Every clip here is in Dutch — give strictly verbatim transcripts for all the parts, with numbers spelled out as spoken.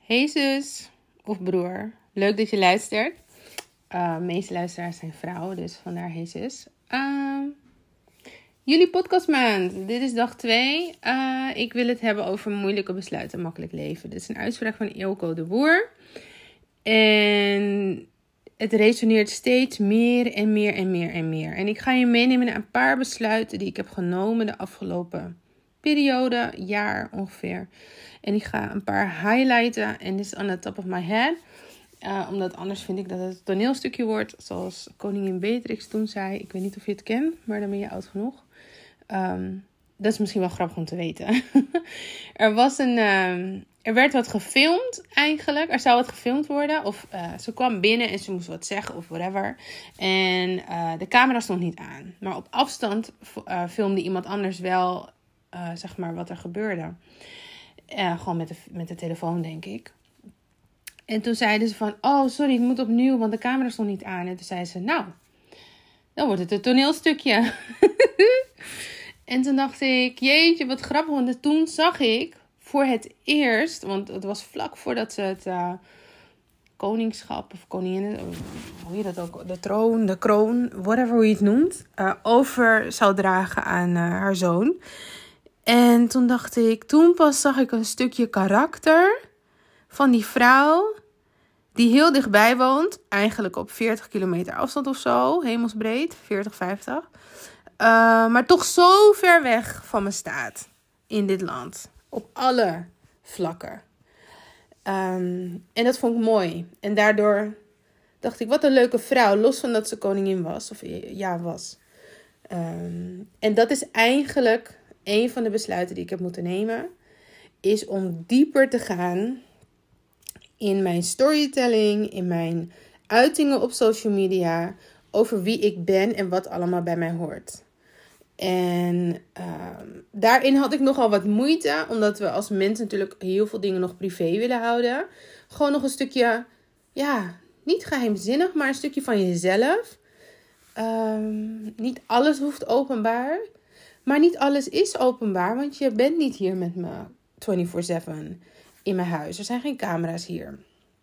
Hey zus of broer, leuk dat je luistert. Uh, de meeste luisteraars zijn vrouwen, dus vandaar hey zus. Uh, jullie podcastmaand, dit is dag twee. Uh, ik wil het hebben over moeilijke besluiten, makkelijk leven. Dit is een uitspraak van Eelco de Boer. En het resoneert steeds meer en meer en meer en meer. En ik ga je meenemen naar een paar besluiten die ik heb genomen de afgelopen periode, jaar ongeveer. En ik ga een paar highlighten. En dit is on the top of my head. Uh, omdat anders vind ik dat het een toneelstukje wordt. Zoals koningin Beatrix toen zei. Ik weet niet of je het kent, maar dan ben je oud genoeg. Um, dat is misschien wel grappig om te weten. er was een... Um, er werd wat gefilmd eigenlijk. Er zou wat gefilmd worden. Of uh, ze kwam binnen en ze moest wat zeggen of whatever. En uh, de camera stond niet aan. Maar op afstand uh, filmde iemand anders wel... Uh, zeg maar wat er gebeurde. Uh, gewoon met de, met de telefoon, denk ik. En toen zeiden ze van... Oh, sorry, het moet opnieuw, want de camera stond niet aan. En toen zei ze... Nou, dan wordt het een toneelstukje. En toen dacht ik... Jeetje, wat grappig. Want toen zag ik voor het eerst... Want het was vlak voordat ze het... Uh, koningschap of koningin... Hoe je dat ook... De troon, de kroon... Whatever hoe je het noemt. Uh, over zou dragen aan uh, haar zoon... En toen dacht ik, toen pas zag ik een stukje karakter van die vrouw die heel dichtbij woont. Eigenlijk op veertig kilometer afstand of zo, hemelsbreed, veertig, vijftig. Uh, maar toch zo ver weg van me staat in dit land. Op alle vlakken. Um, en dat vond ik mooi. En daardoor dacht ik, wat een leuke vrouw, los van dat ze koningin was. Of ja, was. Um, en dat is eigenlijk... Een van de besluiten die ik heb moeten nemen, is om dieper te gaan in mijn storytelling, in mijn uitingen op social media, over wie ik ben en wat allemaal bij mij hoort. En uh, daarin had ik nogal wat moeite, omdat we als mensen natuurlijk heel veel dingen nog privé willen houden. Gewoon nog een stukje, ja, niet geheimzinnig, maar een stukje van jezelf. Um, niet alles hoeft openbaar. Maar niet alles is openbaar, want je bent niet hier met me vierentwintig zeven in mijn huis. Er zijn geen camera's hier.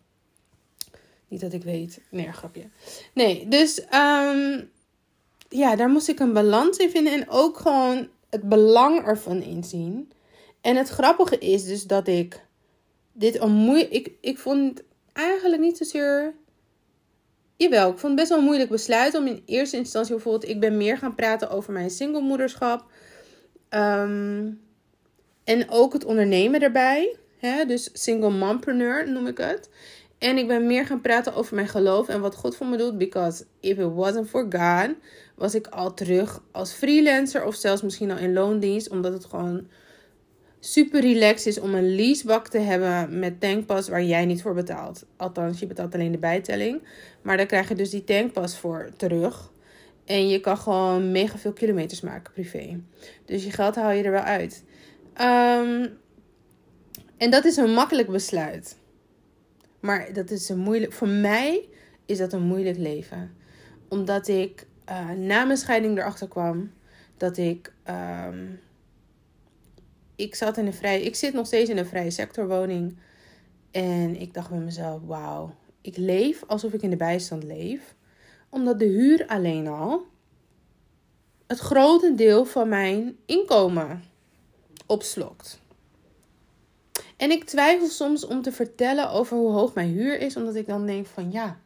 Niet dat ik weet. Nee, grapje. Nee, dus um, ja, daar moest ik een balans in vinden. En ook gewoon het belang ervan inzien. En het grappige is dus dat ik dit een moeilijk... Ik, ik vond eigenlijk niet zozeer... Jawel, ik vond het best wel een moeilijk besluit om in eerste instantie bijvoorbeeld... Ik ben meer gaan praten over mijn singlemoederschap. Um, en ook het ondernemen erbij. Hè? Dus single mompreneur noem ik het. En ik ben meer gaan praten over mijn geloof en wat God voor me doet. Because if it wasn't for God, was ik al terug als freelancer of zelfs misschien al in loondienst. Omdat het gewoon super relaxed is om een leasebak te hebben met tankpas waar jij niet voor betaalt. Althans, je betaalt alleen de bijtelling. Maar dan krijg je dus die tankpas voor terug. En je kan gewoon mega veel kilometers maken privé. Dus je geld haal je er wel uit. Um, en dat is een makkelijk besluit. Maar dat is een moeilijk... Voor mij is dat een moeilijk leven. Omdat ik uh, na mijn scheiding erachter kwam dat ik... Um, ik zat in een vrije... Ik zit nog steeds in een vrije sectorwoning. En ik dacht bij mezelf, wauw. Ik leef alsof ik in de bijstand leef. Omdat de huur alleen al het grote deel van mijn inkomen opslokt. En ik twijfel soms om te vertellen over hoe hoog mijn huur is. Omdat ik dan denk van ja.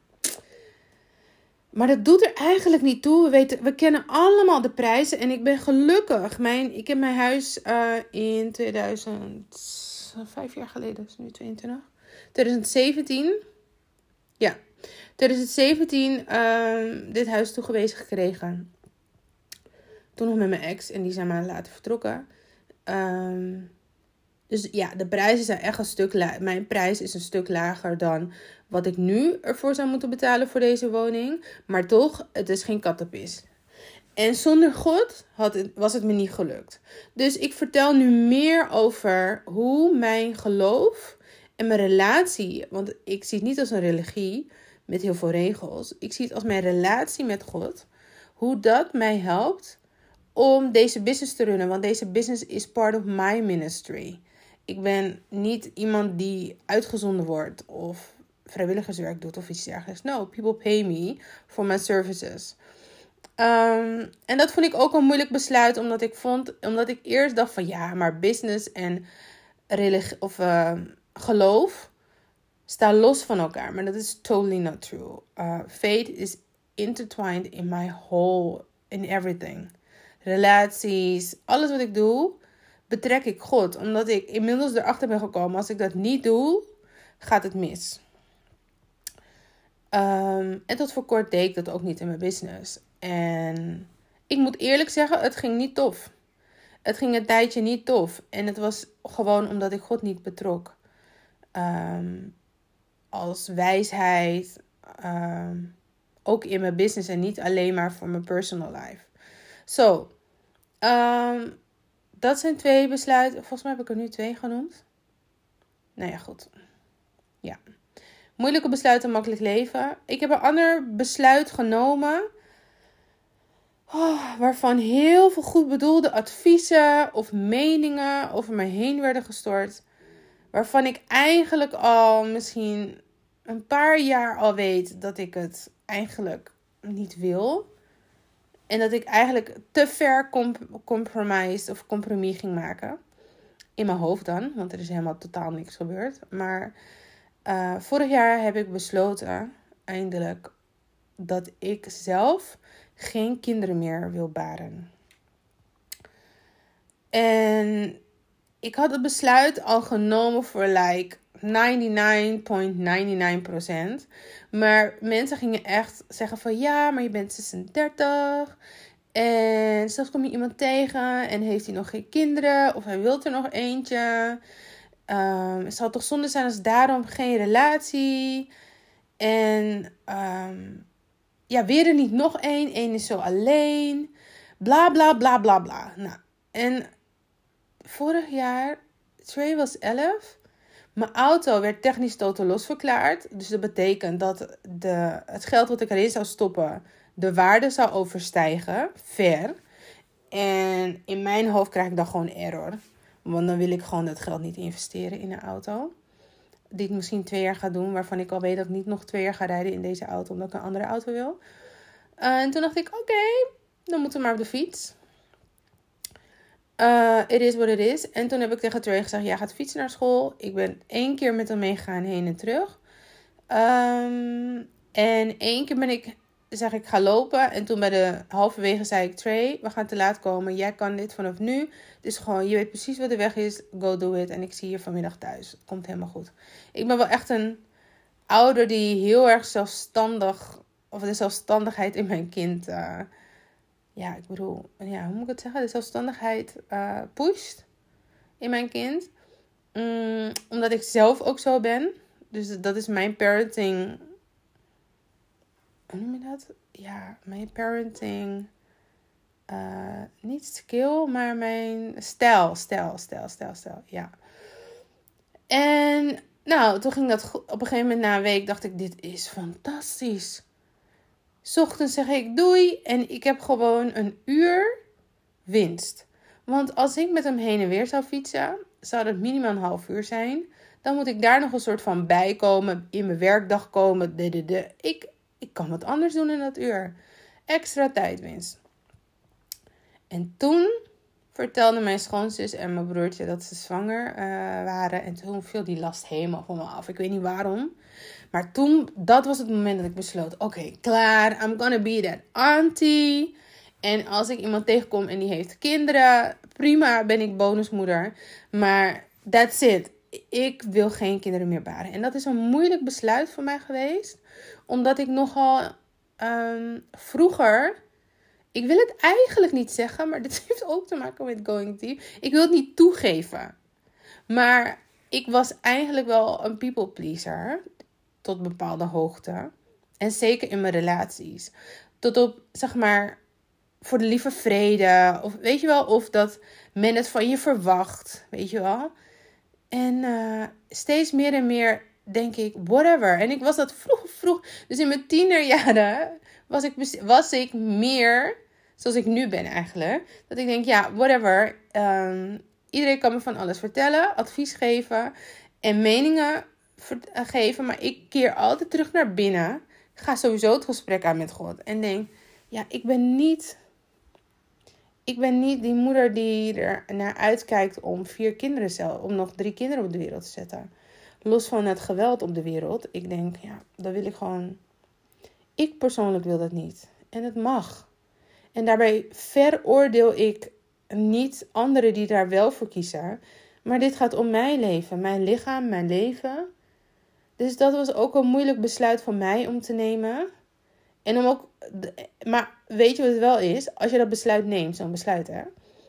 Maar dat doet er eigenlijk niet toe. We, weten, we kennen allemaal de prijzen. En ik ben gelukkig. Mijn, ik heb mijn huis uh, in tweeduizend... Vijf jaar geleden. Is nu tweeëntwintig. twintig zeventien. Ja. twintig zeventien uh, dit huis toegewezen gekregen. Toen nog met mijn ex. En die zijn maanden later vertrokken. Um, dus ja, de prijzen zijn echt een stuk lager. Mijn prijs is een stuk lager dan wat ik nu ervoor zou moeten betalen voor deze woning. Maar toch, het is geen kattenpis. En zonder God had het, was het me niet gelukt. Dus ik vertel nu meer over hoe mijn geloof en mijn relatie... Want ik zie het niet als een religie met heel veel regels. Ik zie het als mijn relatie met God. Hoe dat mij helpt om deze business te runnen. Want deze business is part of my ministry. Ik ben niet iemand die uitgezonden wordt of vrijwilligerswerk doet of iets dergelijks. No, people pay me for my services. Um, en dat vond ik ook een moeilijk besluit, omdat ik vond, omdat ik eerst dacht van ja, maar business en religie of uh, geloof staan los van elkaar. Maar dat is totally not true. Uh, faith is intertwined in my whole, in everything. Relaties, alles wat ik doe, betrek ik God. Omdat ik inmiddels erachter ben gekomen, als ik dat niet doe, gaat het mis. Um, en tot voor kort deed ik dat ook niet in mijn business. En ik moet eerlijk zeggen, het ging niet tof. Het ging een tijdje niet tof. En het was gewoon omdat ik God niet betrok. Um, als wijsheid. Um, ook in mijn business en niet alleen maar voor mijn personal life. Zo. So, um, dat zijn twee besluiten. Volgens mij heb ik er nu twee genoemd. Nou ja, goed. Ja. Moeilijke besluiten, makkelijk leven. Ik heb een ander besluit genomen. Oh, waarvan heel veel goed bedoelde adviezen of meningen over me heen werden gestort. Waarvan ik eigenlijk al misschien een paar jaar al weet dat ik het eigenlijk niet wil. En dat ik eigenlijk te ver comp- compromise of compromis ging maken. In mijn hoofd dan, want er is helemaal totaal niks gebeurd. Maar uh, vorig jaar heb ik besloten, eindelijk, dat ik zelf geen kinderen meer wil baren. En ik had het besluit al genomen voor like negenennegentig komma negenennegentig procent. Maar mensen gingen echt zeggen van ja, maar je bent zesendertig. En zelfs kom je iemand tegen en heeft hij nog geen kinderen. Of hij wil er nog eentje. Um, het zal toch zonde zijn als daarom geen relatie. En um, ja, weer er niet nog één. Eén is zo alleen. Bla bla bla bla bla. Nou, en vorig jaar, Trey was elf. Mijn auto werd technisch totaal losverklaard. Dus dat betekent dat de, het geld wat ik erin zou stoppen, de waarde zou overstijgen. Ver. En in mijn hoofd krijg ik dan gewoon error. Want dan wil ik gewoon dat geld niet investeren in een auto. Die ik misschien twee jaar ga doen. Waarvan ik al weet dat ik niet nog twee jaar ga rijden in deze auto. Omdat ik een andere auto wil. Uh, en toen dacht ik, oké, okay, dan moeten we maar op de fiets. Uh, it is what it is. En toen heb ik tegen Trey gezegd, jij gaat fietsen naar school. Ik ben één keer met hem meegegaan heen en terug. Um, en één keer ben ik, zeg ik, ga lopen. En toen bij de halverwege zei ik, Trey, we gaan te laat komen. Jij kan dit vanaf nu. Het is gewoon, je weet precies wat de weg is. Go do it. En ik zie je vanmiddag thuis. Het komt helemaal goed. Ik ben wel echt een ouder die heel erg zelfstandig, of de zelfstandigheid in mijn kind, uh, ja, ik bedoel, ja, hoe moet ik het zeggen? De zelfstandigheid uh, pusht in mijn kind. Um, omdat ik zelf ook zo ben. Dus dat is mijn parenting. Hoe noem je dat? Ja, mijn parenting. Uh, niet skill, maar mijn stijl. Stijl, stijl, stijl, stijl. Ja. En nou, toen ging dat goed. Op een gegeven moment na een week dacht ik, dit is fantastisch. 's Ochtends zeg ik doei en ik heb gewoon een uur winst. Want als ik met hem heen en weer zou fietsen, zou dat minimaal een half uur zijn. Dan moet ik daar nog een soort van bij komen, in mijn werkdag komen. De, de, de. Ik, ik kan wat anders doen in dat uur. Extra tijdwinst. En toen vertelden mijn schoonzus en mijn broertje dat ze zwanger uh, waren. En toen viel die last helemaal van me af. Ik weet niet waarom. Maar toen, dat was het moment dat ik besloot. Oké, okay, klaar. I'm gonna be that auntie. En als ik iemand tegenkom en die heeft kinderen, prima, ben ik bonusmoeder. Maar that's it. Ik wil geen kinderen meer baren. En dat is een moeilijk besluit voor mij geweest. Omdat ik nogal um, vroeger, ik wil het eigenlijk niet zeggen, maar dit heeft ook te maken met going deep. Ik wil het niet toegeven. Maar ik was eigenlijk wel een people pleaser. Tot bepaalde hoogte. En zeker in mijn relaties. Tot op, zeg maar, voor de lieve vrede. Of weet je wel, of dat men het van je verwacht. Weet je wel. En uh, steeds meer en meer denk ik, whatever. En ik was dat vroeg, vroeg. Dus in mijn tienerjaren was ik, was ik meer zoals ik nu ben eigenlijk. Dat ik denk, ja, whatever. Um, iedereen kan me van alles vertellen, advies geven en meningen geven. Maar ik keer altijd terug naar binnen. Ik ga sowieso het gesprek aan met God. En denk, ja, ik ben niet... Ik ben niet die moeder die er naar uitkijkt om vier kinderen zelf, om nog drie kinderen op de wereld te zetten. Los van het geweld op de wereld. Ik denk, ja, dat wil ik gewoon... Ik persoonlijk wil dat niet. En het mag. En daarbij veroordeel ik niet anderen die daar wel voor kiezen. Maar dit gaat om mijn leven. Mijn lichaam, mijn leven. Dus dat was ook een moeilijk besluit voor mij om te nemen. En om ook... Maar weet je wat het wel is? Als je dat besluit neemt, zo'n besluit hè.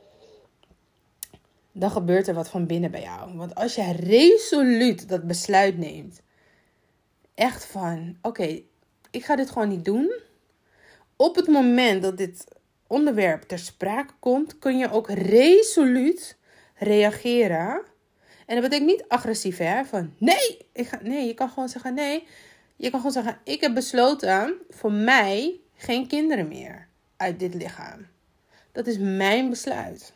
Dan gebeurt er wat van binnen bij jou. Want als je resoluut dat besluit neemt. Echt van, oké, okay, ik ga dit gewoon niet doen. Op het moment dat dit onderwerp ter sprake komt, kun je ook resoluut reageren. En dat betekent niet agressief, hè? Van nee, ik ga, nee, je kan gewoon zeggen nee. Je kan gewoon zeggen, ik heb besloten voor mij geen kinderen meer uit dit lichaam. Dat is mijn besluit.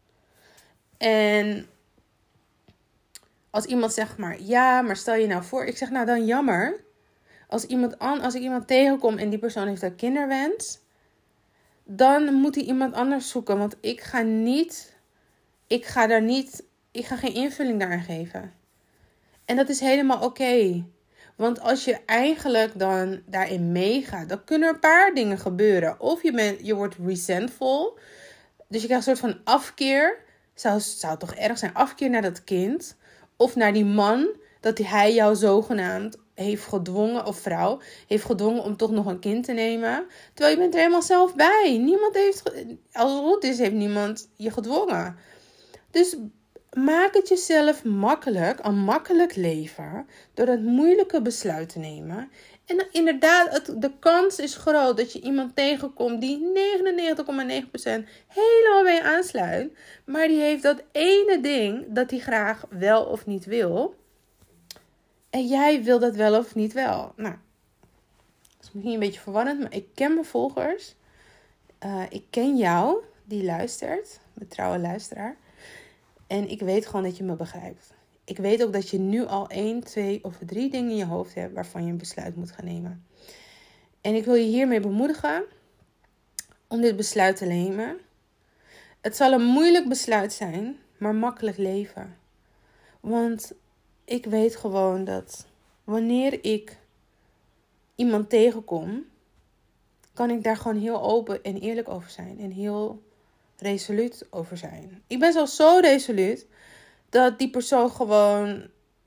En als iemand zegt maar, ja, maar stel je nou voor. Ik zeg nou dan jammer. Als, iemand an, als ik iemand tegenkom en die persoon heeft een kinderwens, dan moet hij iemand anders zoeken. Want ik ga niet, ik ga daar niet, ik ga geen invulling daaraan geven. En dat is helemaal oké. Okay. Want als je eigenlijk dan daarin meegaat, dan kunnen er een paar dingen gebeuren. Of je, bent, je wordt resentful. Dus je krijgt een soort van afkeer. Zou, zou toch erg zijn, afkeer naar dat kind. Of naar die man, dat hij jou zogenaamd heeft gedwongen, of vrouw, heeft gedwongen om toch nog een kind te nemen. Terwijl je bent er helemaal zelf bij. Niemand heeft, als het goed is, heeft niemand je gedwongen. Dus maak het jezelf makkelijk, een makkelijk leven, door dat moeilijke besluit te nemen. En dan, inderdaad, het, de kans is groot dat je iemand tegenkomt die negenennegentig komma negen procent helemaal bij je aansluit. Maar die heeft dat ene ding dat hij graag wel of niet wil. En jij wil dat wel of niet wel. Nou, dat is misschien een beetje verwarrend, maar ik ken mijn volgers. Uh, ik ken jou, die luistert, mijn trouwe luisteraar. En ik weet gewoon dat je me begrijpt. Ik weet ook dat je nu al één, twee of drie dingen in je hoofd hebt waarvan je een besluit moet gaan nemen. En ik wil je hiermee bemoedigen om dit besluit te nemen. Het zal een moeilijk besluit zijn, maar makkelijk leven. Want ik weet gewoon dat wanneer ik iemand tegenkom, kan ik daar gewoon heel open en eerlijk over zijn. En heel resoluut over zijn. Ik ben zelfs zo resoluut dat die persoon gewoon...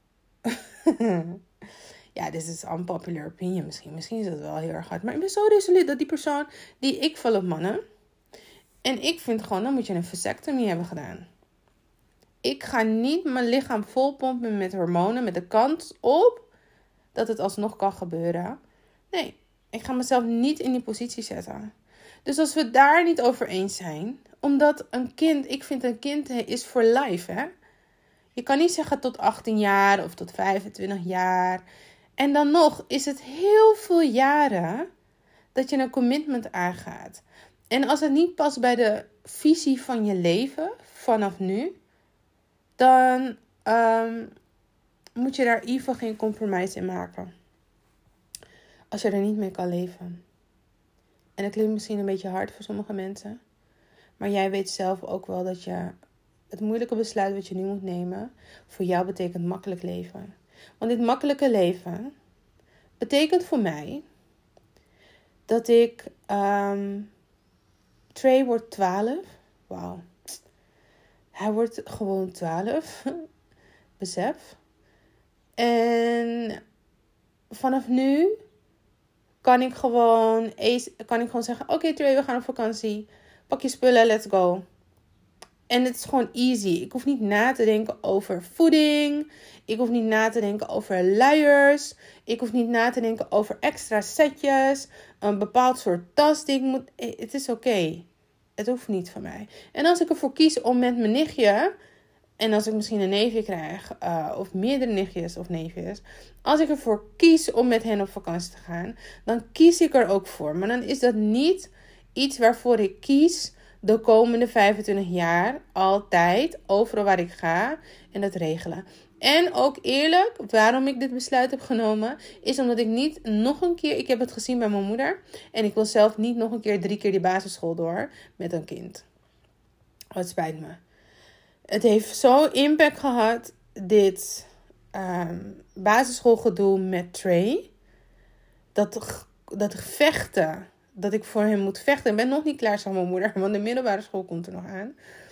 ja, dit is unpopular opinion misschien. Misschien is dat wel heel erg hard. Maar ik ben zo resoluut dat die persoon die ik val op mannen. En ik vind gewoon, dan moet je een vasectomie hebben gedaan. Ik ga niet mijn lichaam volpompen met hormonen. Met de kans op dat het alsnog kan gebeuren. Nee, ik ga mezelf niet in die positie zetten. Dus als we daar niet over eens zijn. Omdat een kind, ik vind een kind is voor life, hè. Je kan niet zeggen tot achttien jaar of tot vijfentwintig jaar. En dan nog is het heel veel jaren dat je een commitment aangaat. En als het niet past bij de visie van je leven vanaf nu, dan um, moet je daar in ieder geval geen compromise in maken. Als je er niet mee kan leven. En dat klinkt misschien een beetje hard voor sommige mensen. Maar jij weet zelf ook wel dat je het moeilijke besluit wat je nu moet nemen voor jou betekent makkelijk leven. Want dit makkelijke leven betekent voor mij dat ik... Um, Trey wordt twaalf. Wauw. Hij wordt gewoon twaalf. Besef. En vanaf nu kan ik gewoon, kan ik gewoon zeggen... Oké okay, Trey, we gaan op vakantie. Pak je spullen, let's go. En het is gewoon easy. Ik hoef niet na te denken over voeding. Ik hoef niet na te denken over luiers. Ik hoef niet na te denken over extra setjes. Een bepaald soort tas die ik moet... Het is oké. Okay. Het hoeft niet van mij. En als ik ervoor kies om met mijn nichtje... En als ik misschien een neefje krijg... Uh, of meerdere nichtjes of neefjes... Als ik ervoor kies om met hen op vakantie te gaan... Dan kies ik er ook voor. Maar dan is dat niet iets waarvoor ik kies... de komende vijfentwintig jaar altijd, overal waar ik ga, en dat regelen. En ook eerlijk, waarom ik dit besluit heb genomen, is omdat ik niet nog een keer, ik heb het gezien bij mijn moeder, en ik wil zelf niet nog een keer drie keer die basisschool door met een kind. Oh, het spijt me. Het heeft zo impact gehad, dit um, basisschoolgedoe met Trey, dat, dat vechten, dat ik voor hem moet vechten. Ik ben nog niet klaar, zegt mijn moeder, want de middelbare school komt er nog aan.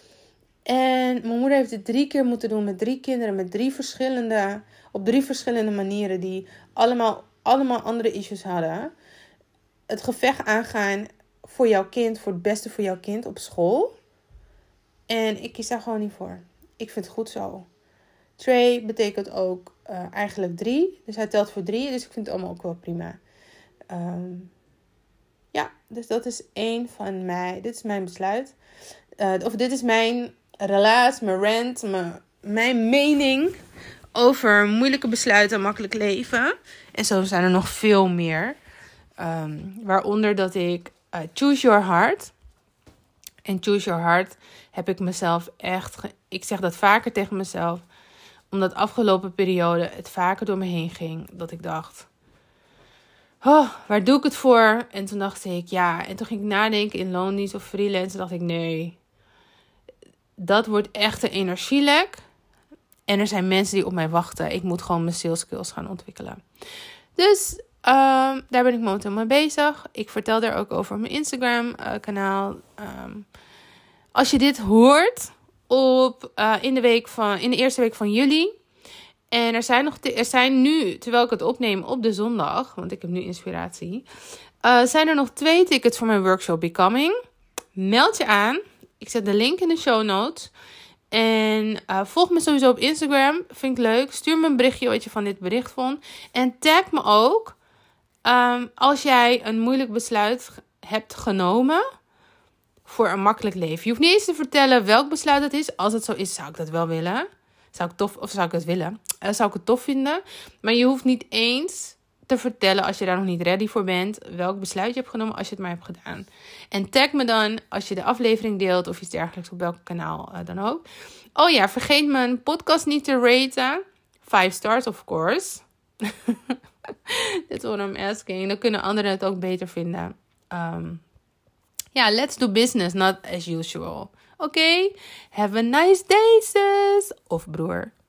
En mijn moeder heeft het drie keer moeten doen met drie kinderen, met drie verschillende, op drie verschillende manieren, die allemaal, allemaal andere issues hadden. Het gevecht aangaan voor jouw kind, voor het beste voor jouw kind op school. En ik kies daar gewoon niet voor. Ik vind het goed zo. Trey betekent ook uh, eigenlijk drie. Dus hij telt voor drie. Dus ik vind het allemaal ook wel prima. Um, ja, dus dat is één van mij. Dit is mijn besluit. Uh, of dit is mijn relaas, mijn rant, mijn, mijn mening over moeilijke besluiten, makkelijk leven. En zo zijn er nog veel meer. Um, waaronder dat ik uh, choose your heart. En choose your heart heb ik mezelf echt... Ge- ik zeg dat vaker tegen mezelf. Omdat afgelopen periode het vaker door me heen ging. Dat ik dacht... Oh, waar doe ik het voor? En toen dacht ik, ja. En toen ging ik nadenken in loondienst of freelance. En dacht ik, nee. Dat wordt echt een energielek. En er zijn mensen die op mij wachten. Ik moet gewoon mijn sales skills gaan ontwikkelen. Dus um, daar ben ik momenteel mee bezig. Ik vertel daar ook over op mijn Instagram uh, kanaal. Um, als je dit hoort op, uh, in, de week van, in de eerste week van juli. En er zijn, nog te, er zijn nu, terwijl ik het opneem op de zondag. Want ik heb nu inspiratie. Uh, zijn er nog twee tickets voor mijn workshop Becoming. Meld je aan. Ik zet de link in de show notes. En uh, volg me sowieso op Instagram. Vind ik leuk. Stuur me een berichtje wat je van dit bericht vond. En tag me ook. Um, als jij een moeilijk besluit hebt genomen. Voor een makkelijk leven. Je hoeft niet eens te vertellen welk besluit het is. Als het zo is, zou ik dat wel willen. Zou ik tof, of zou ik het willen? Uh, zou ik het tof vinden. Maar je hoeft niet eens te vertellen, als je daar nog niet ready voor bent, welk besluit je hebt genomen als je het maar hebt gedaan. En tag me dan als je de aflevering deelt of iets dergelijks op welk kanaal uh, dan ook. Oh ja, vergeet mijn podcast niet te raten. Five stars, of course. That's what I'm asking. Dan kunnen anderen het ook beter vinden. Um, ja, let's do business, not as usual. Oké, okay? Have a nice day, sis. Of broer.